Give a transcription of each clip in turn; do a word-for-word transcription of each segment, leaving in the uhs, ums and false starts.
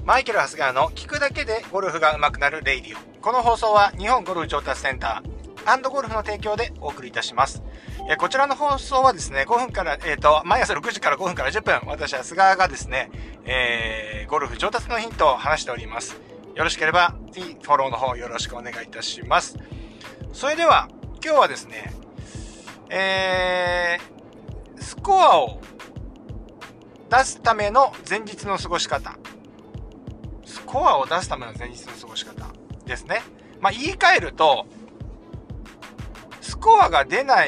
マイケル・ハスガーの聞くだけでゴルフが上手くなるレイディオ。この放送は日本ゴルフ上達センター&ゴルフの提供でお送りいたします。えこちらの放送はですね、ごふんから、えっと、毎朝ろくじからごふんからじゅっぷん、私は菅がですね、えー、ゴルフ上達のヒントを話しております。よろしければ、ぜひフォローの方よろしくお願いいたします。それでは、今日はですね、えー、スコアを出すための前日の過ごし方。スコアを出すための前日の過ごし方ですね。まあ、言い換えると、スコアが出ない、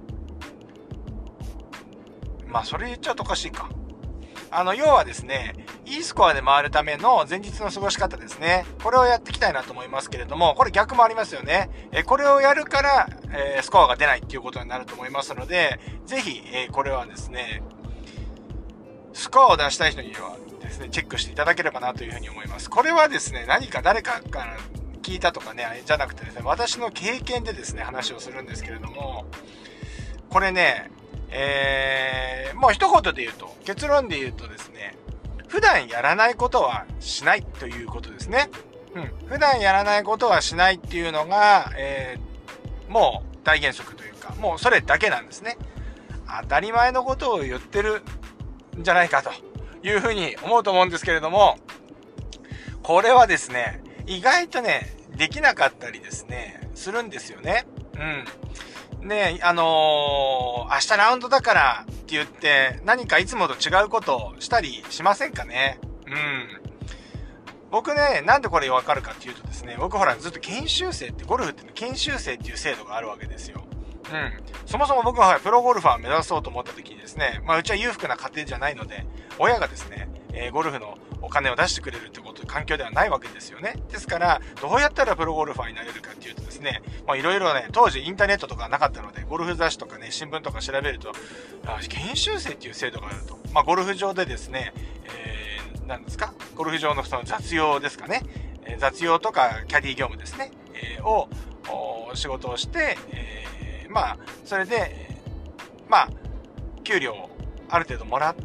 まあ、それ言っちゃうとおかしいか。あの、要はですね、いいスコアで回るための前日の過ごし方ですね。これをやっていきたいなと思いますけれども、これ逆もありますよね。えこれをやるから、えー、スコアが出ないっていうことになると思いますので、ぜひ、えー、これはですね、スコアを出したい人にはですね、チェックしていただければなというふうに思います。これはですね、何か誰かから聞いたとかね、じゃなくてですね、私の経験でですね、話をするんですけれども、これね、えー、もう一言で言うと、結論で言うとですね、普段やらないことはしないということですね。うん。普段やらないことはしないっていうのが、えー、もう大原則というか、もうそれだけなんですね。当たり前のことを言ってるんじゃないかというふうに思うと思うんですけれども、これはですね、意外とね、できなかったりですね、するんですよね。うん。ね、あのー、明日ラウンドだからって言って何かいつもと違うことをしたりしませんかね。うん。僕ね、なんでこれわかるかっていうとですね、僕ほらずっと研修生って、ゴルフって研修生っていう制度があるわけですよ。うん。そもそも僕はプロゴルファーを目指そうと思った時にですね、まあうちは裕福な家庭じゃないので、親がですね、えー、ゴルフのお金を出してくれるってこと、環境ではないわけですよね。ですから、どうやったらプロゴルファーになれるかっていうとですね、まあいろいろね、当時インターネットとかなかったので、ゴルフ雑誌とかね、新聞とか調べると、あ、研修生っていう制度があると。まあゴルフ場でですね、えー、何ですか？ゴルフ場のその雑用ですかね。えー、雑用とかキャディ業務ですね。えー、を、仕事をして、えー、まあ、それで、まあ、給料をある程度もらって、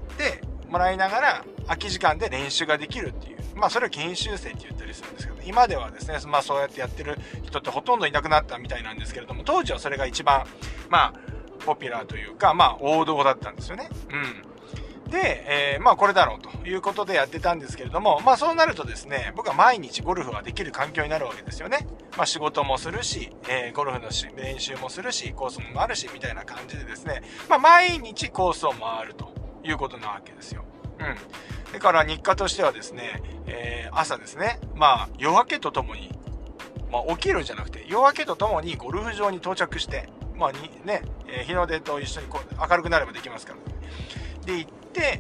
もらいながら、空き時間で練習ができるっていう。まあそれを研修生って言ったりするんですけど、今ではですね、まあそうやってやってる人ってほとんどいなくなったみたいなんですけれども、当時はそれが一番、まあ、ポピュラーというか、まあ王道だったんですよね。うん。で、えー、まあこれだろうということでやってたんですけれども、まあそうなるとですね、僕は毎日ゴルフができる環境になるわけですよね。まあ仕事もするし、えー、ゴルフの練習もするし、コースも回るし、みたいな感じでですね、まあ毎日コースを回るということなわけですよ。うん。だから日課としてはですね、えー、朝ですね、まあ夜明けとともに、まあ起きるんじゃなくて、夜明けとともにゴルフ場に到着して、まあにね、えー、日の出と一緒にこう明るくなればできますから、ね。で、行って、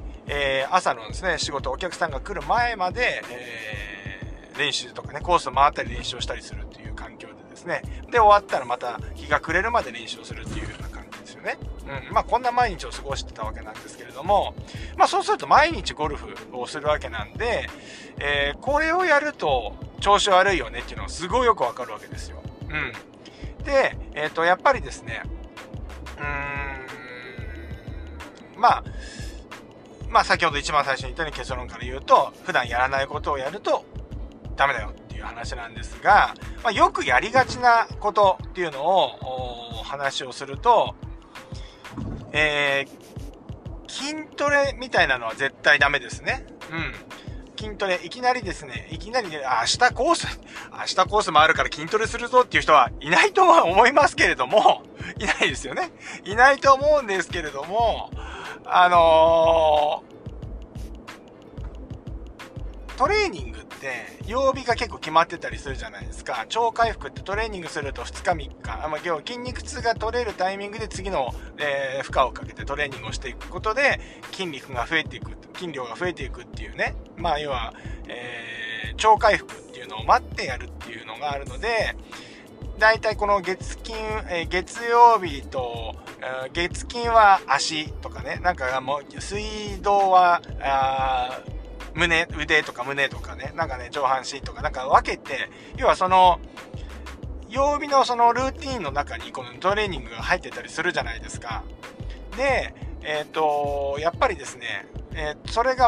えー、朝のですね、仕事、お客さんが来る前まで、えー、練習とかね、コースを回ったり練習をしたりするっていう環境でですね、で、終わったらまた日が暮れるまで練習をするっていうような感じですよね。うん、まあこんな毎日を過ごしてたわけなんですけれども、まあそうすると毎日ゴルフをするわけなんで、えー、これをやると調子悪いよねっていうのがすごいよくわかるわけですよ。うん。で、えっと、やっぱりですね、うーん、まあ、まあ先ほど一番最初に言ったように結論から言うと、普段やらないことをやるとダメだよっていう話なんですが、まあよくやりがちなことっていうのを話をすると、えー、筋トレみたいなのは絶対ダメですね。うん。筋トレ、いきなりですね、いきなりで、明日コース、明日コースもあるから筋トレするぞっていう人はいないとは思いますけれども、いないですよね。いないと思うんですけれども、あのー、トレーニングって曜日が結構決まってたりするじゃないですか。超回復ってトレーニングするとふつかみっか、まあ、要は筋肉痛が取れるタイミングで次の、えー、負荷をかけてトレーニングをしていくことで筋肉が増えていく、筋量が増えていくっていうね。まあ要は、えー、超回復っていうのを待ってやるっていうのがあるので、だいたいこの月金、えー、月曜日と、えー、月金は足とかね、なんかもう水道は、あ胸、腕とか胸とかね、なんかね、上半身とかなんか分けて、要はその、曜日のそのルーティーンの中にこのトレーニングが入ってたりするじゃないですか。で、えっと、やっぱりですね、えー、それが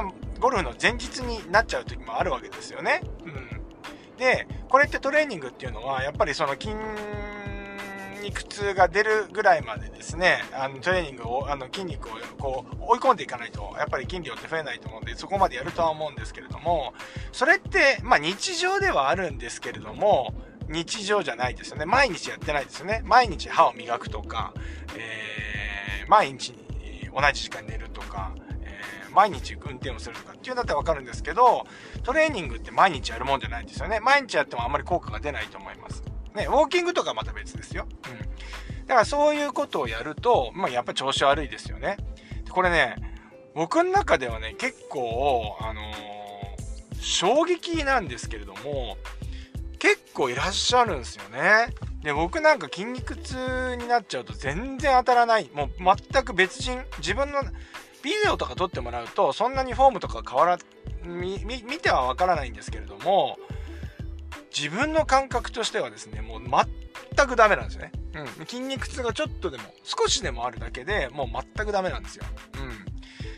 ゴルフの前日になっちゃう時もあるわけですよね。うん、でこれってトレーニングっていうのはやっぱりその筋肉痛が出るぐらいまでですね、あのトレーニングをあの筋肉をこう追い込んでいかないとやっぱり筋量って増えないと思うんで、そこまでやるとは思うんですけれども、それってまあ日常ではあるんですけれども日常じゃないですよね。毎日やってないですよね。毎日歯を磨くとか、えー、毎日同じ時間に寝るとか、えー、毎日運転をするとかっていうんだったら分かるんですけど、トレーニングって毎日やるもんじゃないんですよね。毎日やってもあんまり効果が出ないと思いますね。ウォーキングとかはまた別ですよ。うん。だからそういうことをやると、まあやっぱ調子悪いですよね。これね、僕の中ではね、結構、あのー、衝撃なんですけれども、結構いらっしゃるんですよね。で、僕なんか筋肉痛になっちゃうと全然当たらない。もう全く別人。自分のビデオとか撮ってもらうと、そんなにフォームとか変わら、み、見てはわからないんですけれども、自分の感覚としてはですね、もう全くダメなんですよね。うん。筋肉痛がちょっとでも、少しでもあるだけでもう全くダメなんですよ。うん。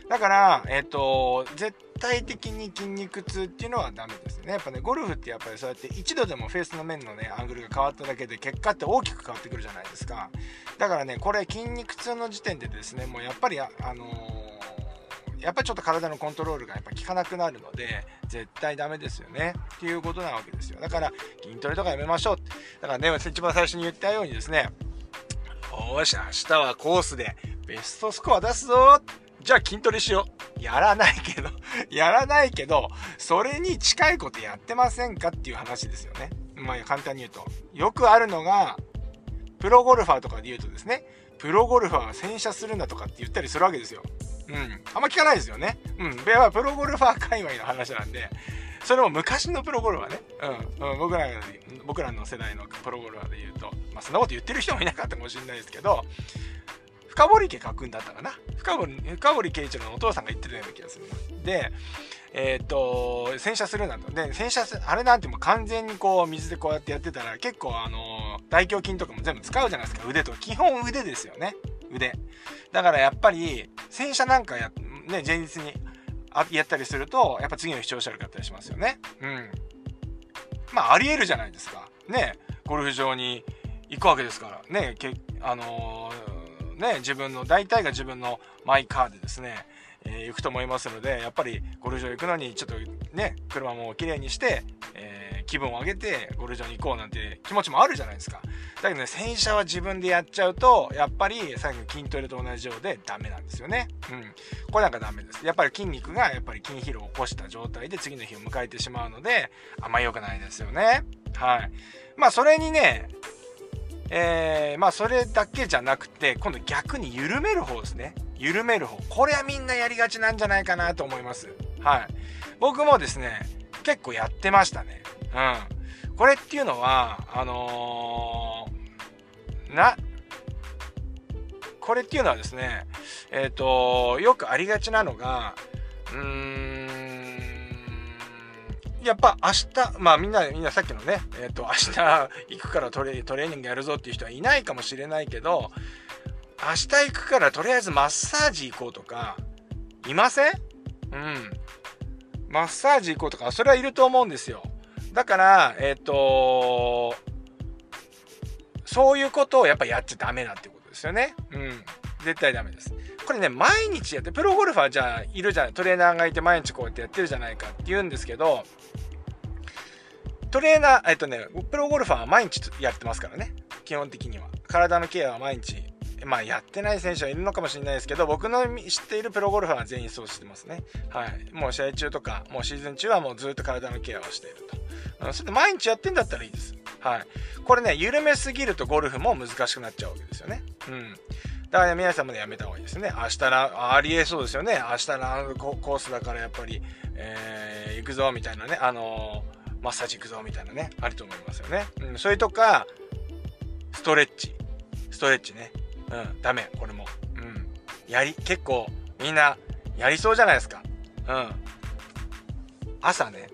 だから、えっと、絶対的に筋肉痛っていうのはダメですね。やっぱね、ゴルフってやっぱりそうやって一度でもフェースの面のね、アングルが変わっただけで結果って大きく変わってくるじゃないですか。だからね、これ筋肉痛の時点でですね、もうやっぱり、あ、あのー、やっぱりちょっと体のコントロールがやっぱ効かなくなるので絶対ダメですよねっていうことなわけですよ。だから筋トレとかやめましょうって。だからね、一番最初に言ったようにですね、よし明日はコースでベストスコア出すぞ、じゃあ筋トレしよう。やらないけどやらないけどそれに近いことやってませんかっていう話ですよね。まあ簡単に言うと、よくあるのがプロゴルファーとかで言うとですね、プロゴルファーは洗車するんだとかって言ったりするわけですよ。うん、あんま聞かないですよね。うん、ではプロゴルファー界隈の話なんで、それも昔のプロゴルファーね、うん、うん、僕ら僕らの世代のプロゴルファーで言うと、まあそんなこと言ってる人もいなかったかもしれないですけど、深堀家書くんだったかな、深堀深堀圭一郎のお父さんが言ってるような気がするな。で、えー、っと洗車するなんて、で洗車すあれなんてもう完全にこう水でこうやってやってたら結構あの大胸筋とかも全部使うじゃないですか。腕とか基本腕ですよね。腕だからやっぱり洗車なんかや、ね、前日にやったりするとやっぱ次の日調子悪かったりしますよね。うん。まあありえるじゃないですかね。ゴルフ場に行くわけですからね。けあのー、ね自分の大体が自分のマイカーでですね、えー、行くと思いますので、やっぱりゴルフ場行くのにちょっとね車もきれいにして、えー、気分を上げてゴルフ場に行こうなんて気持ちもあるじゃないですか。だけどね、洗車は自分でやっちゃうとやっぱりさっきの筋トレと同じようでダメなんですよね。うん、これなんかダメです。やっぱり筋肉がやっぱり筋疲労を起こした状態で次の日を迎えてしまうのであんま良くないですよね。はい。まあそれにね、えー、まあそれだけじゃなくて今度逆に緩める方ですね。緩める方、これはみんなやりがちなんじゃないかなと思います。はい。僕もですね結構やってましたね。うん。これっていうのはあのー、なこれっていうのはですね、えっとよくありがちなのが、うーんやっぱ明日、まあみんなみんなさっきのね、えっと明日行くからトレトレーニングやるぞっていう人はいないかもしれないけど、明日行くからとりあえずマッサージ行こうとかいません？うん。マッサージ行こうとかそれはいると思うんですよ。だからえっとそういうことをやっぱやっちゃダメだってことですよね。うん。絶対ダメです。これね、毎日やって、プロゴルファーじゃあいるじゃない、トレーナーがいて毎日こうやってやってるじゃないかって言うんですけど、トレーナー、えっとね、プロゴルファーは毎日やってますからね。基本的には。体のケアは毎日、まあやってない選手はいるのかもしれないですけど、僕の知っているプロゴルファーは全員そうしてますね。はい。もう試合中とか、もうシーズン中はもうずっと体のケアをしていると。それで毎日やってんだったらいいです。はい。これね、緩めすぎるとゴルフも難しくなっちゃうわけですよね。うん。だからね、皆さんもね、やめた方がいいですね。明日ら、ありえそうですよね。明日のコースだからやっぱり、えー、行くぞみたいなね、あのー、マッサージ行くぞみたいなね、あると思いますよね。うん、それとか、ストレッチ。ストレッチね。うん、ダメ、これも。うん。やり、結構、みんな、やりそうじゃないですか。うん。朝ね、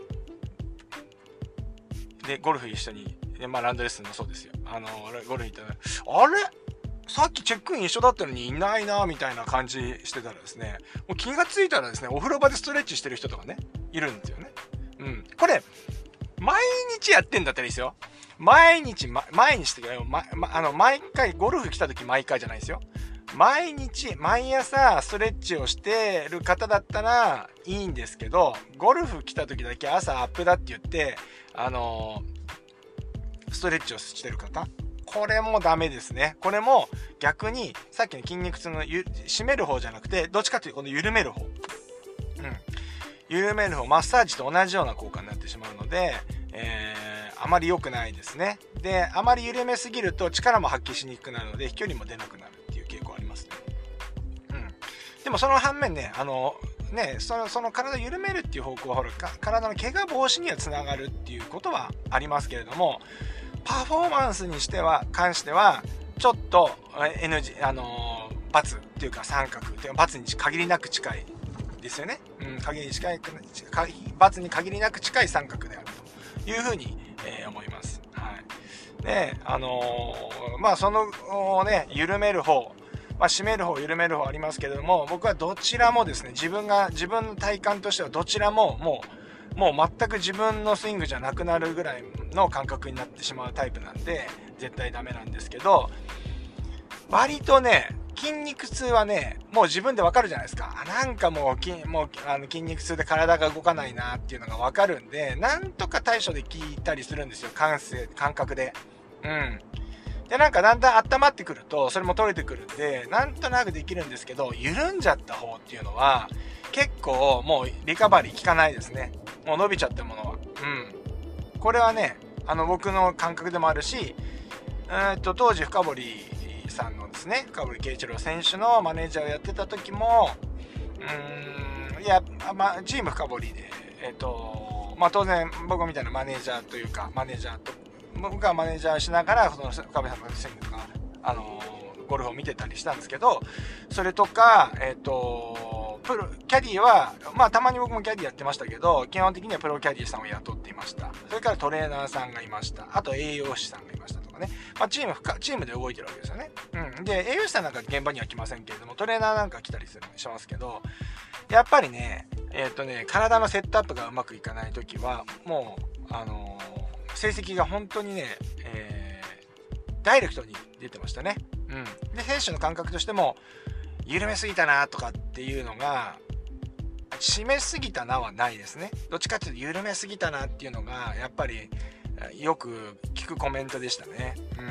で、ゴルフ一緒に、でまあ、ランドレッスンもそうですよ。あのー、ゴルフ行ったら、あれさっきチェックイン一緒だったのにいないなみたいな感じしてたらですね、もう気がついたらですね、お風呂場でストレッチしてる人とかね、いるんですよね。うん。これ、毎日やってんだったらいいですよ。毎日、ま、毎日ってか、ま、ま、あの、毎回、ゴルフ来た時毎回じゃないですよ。毎日、毎朝、ストレッチをしてる方だったらいいんですけど、ゴルフ来た時だけ朝アップだって言って、あのー、ストレッチをしてる方、これもダメですね。これも逆に、さっきの筋肉痛のゆ締める方じゃなくて、どっちかというとこの緩める方。うん。緩める方、マッサージと同じような効果になってしまうので、えー、あまり良くないですね。で、あまり緩めすぎると力も発揮しにくくなるので、飛距離も出なくなるっていう傾向ありますね。うん。でもその反面ね、あの、ね、その、その体を緩めるっていう方向は、ほら、体の怪我防止にはつながるっていうことはありますけれども、パフォーマンスにしては、関しては、ちょっと エヌジー、あのー、×っていうか三角っていうか、×に限りなく近いですよね。うん、限り近い、×に限りなく近い三角であるというふうに、えー、思います。はい。で、あのー、まあ、そのね、緩める方、まあ、締める方、緩める方ありますけれども、僕はどちらもですね、自分が、自分の体感としてはどちらももう、もう全く自分のスイングじゃなくなるぐらいの感覚になってしまうタイプなんで、絶対ダメなんですけど、割とね、筋肉痛はね、もう自分でわかるじゃないですか。なんかもう筋、もうあの筋肉痛で体が動かないなっていうのがわかるんで、なんとか対処できたりするんですよ。感性、感覚で。うん。で、なんかだんだん温まってくると、それも取れてくるんで、なんとなくできるんですけど、緩んじゃった方っていうのは、結構もうリカバリー効かないですね。もう伸びちゃったものは。うん。これはね、あの僕の感覚でもあるし、えー、っと、当時深堀さんのですね、深堀圭一郎選手のマネージャーをやってた時も、うーん、いや、まあ、チーム深堀で、えー、っと、まあ当然僕みたいなマネージャーというか、マネージャーと、僕がマネージャーしながら、その深堀さんのスイングとか、あのー、ゴルフを見てたりしたんですけど、それとか、えー、っと、プロ、キャディは、まあたまに僕もキャディやってましたけど、基本的にはプロキャディさんを雇っていました。それからトレーナーさんがいました。あと栄養士さんがいましたとかね。まあチーム、チームで動いてるわけですよね。うん。で、栄養士さんなんか現場には来ませんけれども、トレーナーなんか来たりするしますけど、やっぱりね、えっとね、体のセットアップがうまくいかないときは、もう、あのー、成績が本当にね、えー、ダイレクトに出てましたね。うん。で、選手の感覚としても、緩めすぎたなとかっていうのが、締めすぎたなはないですね。どっちかっていうと緩めすぎたなっていうのがやっぱりよく聞くコメントでしたね。うん。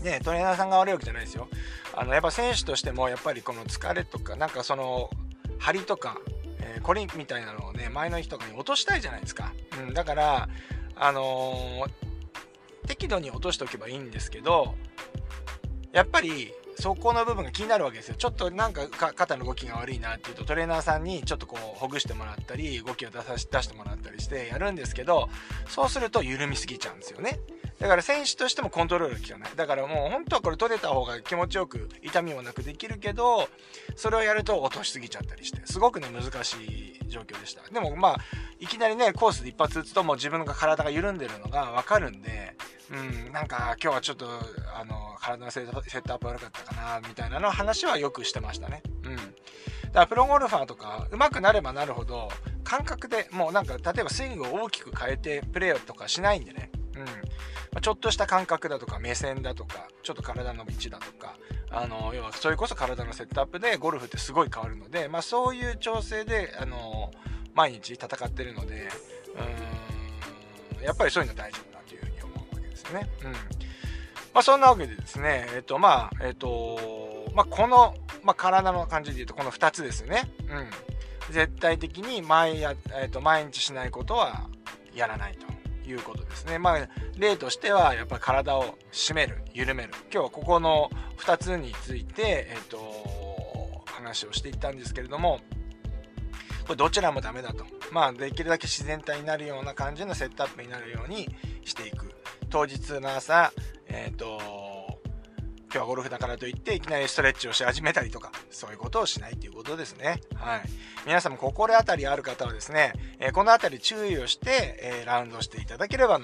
ね、トレーナーさんが悪いわけじゃないですよ。あのやっぱ選手としてもやっぱりこの疲れとかなんかその張りとか、えー、コリみたいなのをね前の日とかに落としたいじゃないですか。うん。だからあのー、適度に落としておけばいいんですけど、やっぱりそこの部分が気になるわけですよ。ちょっとなんか肩の動きが悪いなっていうとトレーナーさんにちょっとこうほぐしてもらったり動きを出さし出してもらったりしてやるんですけど、そうすると緩みすぎちゃうんですよね。だから選手としてもコントロールが効かない。だからもう本当はこれ取れた方が気持ちよく痛みもなくできるけど、それをやると落としすぎちゃったりしてすごくね難しい状況でした。でもまあいきなりねコースで一発打つともう自分が体が緩んでるのが分かるんで、うん、なんか今日はちょっとあの体のセットアップ悪かったかなみたいなの話はよくしてましたね。うん。だからプロゴルファーとか上手くなればなるほど感覚でもうなんか例えばスイングを大きく変えてプレーとかしないんでね。うん。まあ、ちょっとした感覚だとか目線だとかちょっと体の位置だとかあの要はそれこそ体のセットアップでゴルフってすごい変わるので、まあそういう調整であの毎日戦ってるので、うーんやっぱりそういうの大事だなというふうに思うわけですね。うん。まあそんなわけでですね、えっとまあえっとまあこのまあ体の感じで言うとこのふたつですね。うん。絶対的に毎やえっと毎日しないことはやらないと。いうことですね。まあ例としてはやっぱり体を締める、緩める。今日はここのふたつについてえっと話をしていったんですけれども、これどちらもダメだと。まあできるだけ自然体になるような感じのセットアップになるようにしていく。当日の朝、えっと今日はゴルフだからといっていきなりストレッチをし始めたりとかそういうことをしないということですね。はい。皆さんも心当たりある方はですね、えー、このあたり注意をして、えー、ラウンドしていただければなと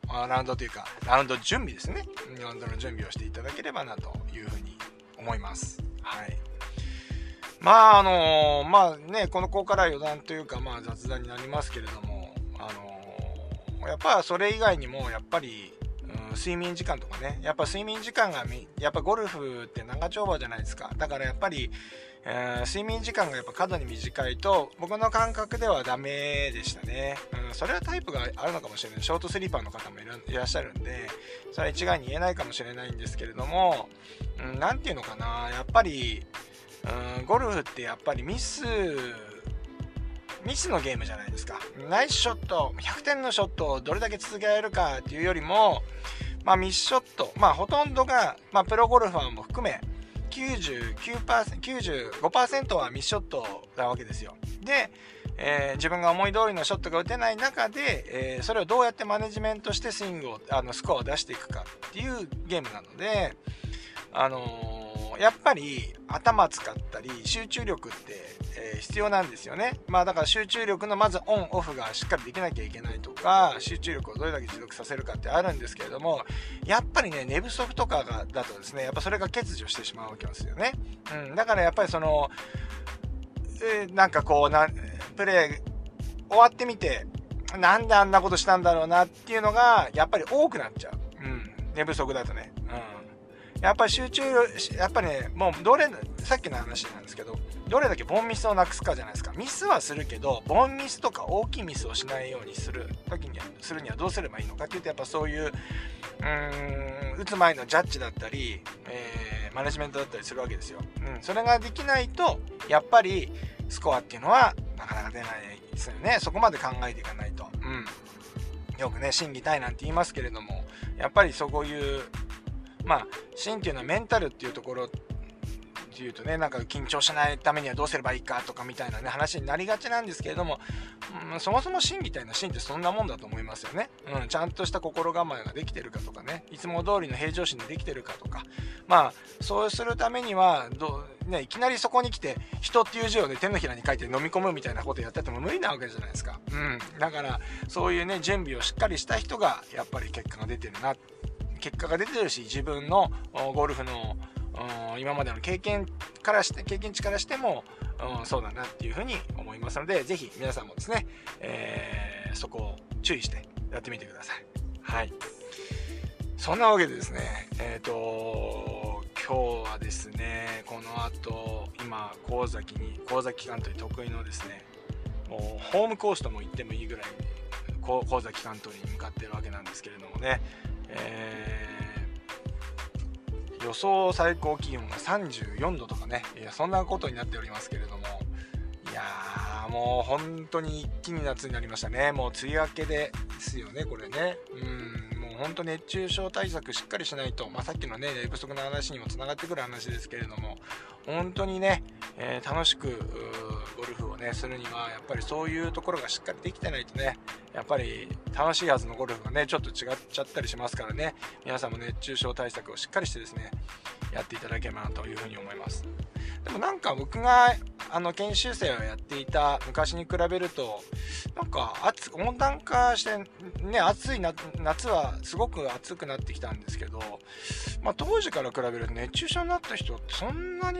ラウンドというかラウンド準備ですね。ラウンドの準備をしていただければなというふうに思います。はい。まああのー、まあね、このここから余談というかまあ雑談になりますけれども、あのー、やっぱそれ以外にもやっぱり、うん、睡眠時間とかね、やっぱ睡眠時間がやっぱゴルフって長丁場じゃないですか。だからやっぱり、えー、睡眠時間がやっぱ過度に短いと僕の感覚ではダメでしたね。うん、それはタイプがあるのかもしれない。ショートスリーパーの方もいるいらっしゃるんで、それは一概に言えないかもしれないんですけれども、うん、なんていうのかな、やっぱりうん、ゴルフってやっぱりミスミスのゲームじゃないですか。ナイスショット、ひゃくてんのショットをどれだけ続けられるかっていうよりも、まあミスショット、まあほとんどが、まあプロゴルファーも含め きゅうじゅうきゅうパーセント、きゅうじゅうごパーセント はミスショットなわけですよ。で、えー、自分が思い通りのショットが打てない中で、えー、それをどうやってマネジメントしてスイングを、あのスコアを出していくかっていうゲームなので、あのー、やっぱり頭使ったり集中力って、えー、必要なんですよね。まあだから集中力のまずオンオフがしっかりできなきゃいけないとか、集中力をどれだけ持続させるかってあるんですけれども、やっぱりね、寝不足とかがだとですね、やっぱそれが欠如してしまうわけですよね。うん、だからやっぱりその、えー、なんかこうなプレー終わってみて、なんであんなことしたんだろうなっていうのがやっぱり多くなっちゃう。うん、寝不足だとね。うんやっぱり集中、やっぱりね、もうどれ、さっきの話なんですけど、どれだけボンミスをなくすかじゃないですか。ミスはするけど、ボンミスとか大きいミスをしないようにする時には、するにはどうすればいいのかっていうと、やっぱそういう、うーん、打つ前のジャッジだったり、えー、マネジメントだったりするわけですよ。うん、それができないと、やっぱりスコアっていうのはなかなか出ないですよね。そこまで考えていかないと。うん。よくね、心技体なんて言いますけれども、やっぱりそういう、まあ心っていうのはメンタルっていうところっていうとね、なんか緊張しないためにはどうすればいいかとかみたいなね話になりがちなんですけれども、うん、そもそも心みたいな心ってそんなもんだと思いますよね。うん、ちゃんとした心構えができてるかとかね、いつも通りの平常心でできてるかとか、まあそうするためにはどう、ね、いきなりそこに来て人っていう字をね手のひらに書いて飲み込むみたいなことやってても無理なわけじゃないですか。うん、だからそういうね準備をしっかりした人がやっぱり結果が出てるな結果が出てるし、自分のゴルフの今までの経験からして経験値からしても、うん、そうだなっていうふうに思いますので、ぜひ皆さんもですね、えー、そこを注意してやってみてください。はい。そんなわけでですね、えっと今日はですね、この後今神崎に神崎カントリー得意のですね、もうホームコースとも言ってもいいぐらい神崎カントリーに向かっているわけなんですけれどもね。えー、予想最高気温がさんじゅうよんどとかね、いやそんなことになっておりますけれども、いやーもう本当に一気に夏になりましたね。もう梅雨明けですよねこれね。うんもう本当熱中症対策しっかりしないと、まあ、さっきのね寝不足の話にもつながってくる話ですけれども、本当にね、えー、楽しくゴルフをねするにはやっぱりそういうところがしっかりできてないとね、やっぱり楽しいはずのゴルフがねちょっと違っちゃったりしますからね、皆さんも熱中症対策をしっかりしてですねやっていただければなというふうに思います。でもなんか僕があの研修生をやっていた昔に比べるとなんか暑温暖化してね、暑いな夏はすごく暑くなってきたんですけど、まあ、当時から比べると熱中症になった人ってそんなに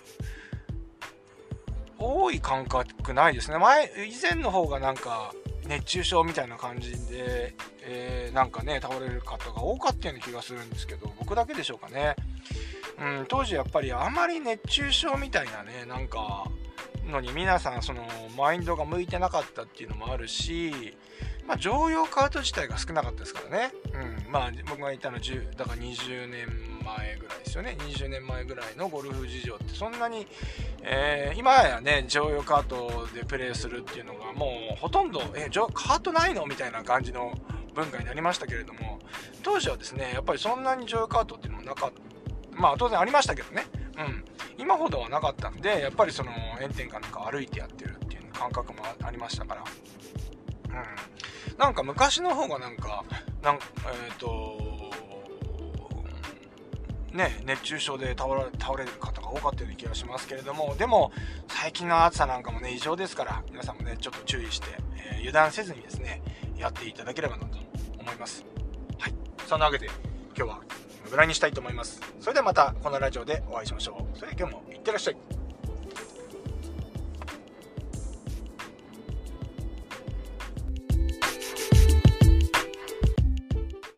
多い感覚ないですね。前以前の方がなんか熱中症みたいな感じで、えー、なんかね倒れる方が多かったような気がするんですけど、僕だけでしょうかね。うん、当時やっぱりあまり熱中症みたいなねなんかのに皆さんそのマインドが向いてなかったっていうのもあるし、まあ、常用カート自体が少なかったですからね。うん、まあ僕がいたのじゅうだからにじゅうねんまえぐらいですよね。にじゅうねんまえぐらいのゴルフ事情ってそんなに、えー、今やね常用カートでプレーするっていうのがもうほとんどえカートないのみたいな感じの文化になりましたけれども、当時はですねやっぱりそんなに常用カートっていうのもなかった。まあ当然ありましたけどね、うん、今ほどはなかったんで、やっぱりその炎天下なんか歩いてやってるっていう感覚もありましたから、うん、なんか昔の方がなんかなんえっ、ー、とね熱中症で倒れ、倒れる方が多かったような気がしますけれども、でも最近の暑さなんかもね異常ですから、皆さんもねちょっと注意して、えー、油断せずにですねやっていただければなと思います。 そんなわけで今日はぐらいにしたいと思います。それではまたこのラジオでお会いしましょう。それでは今日もいってらっしゃい。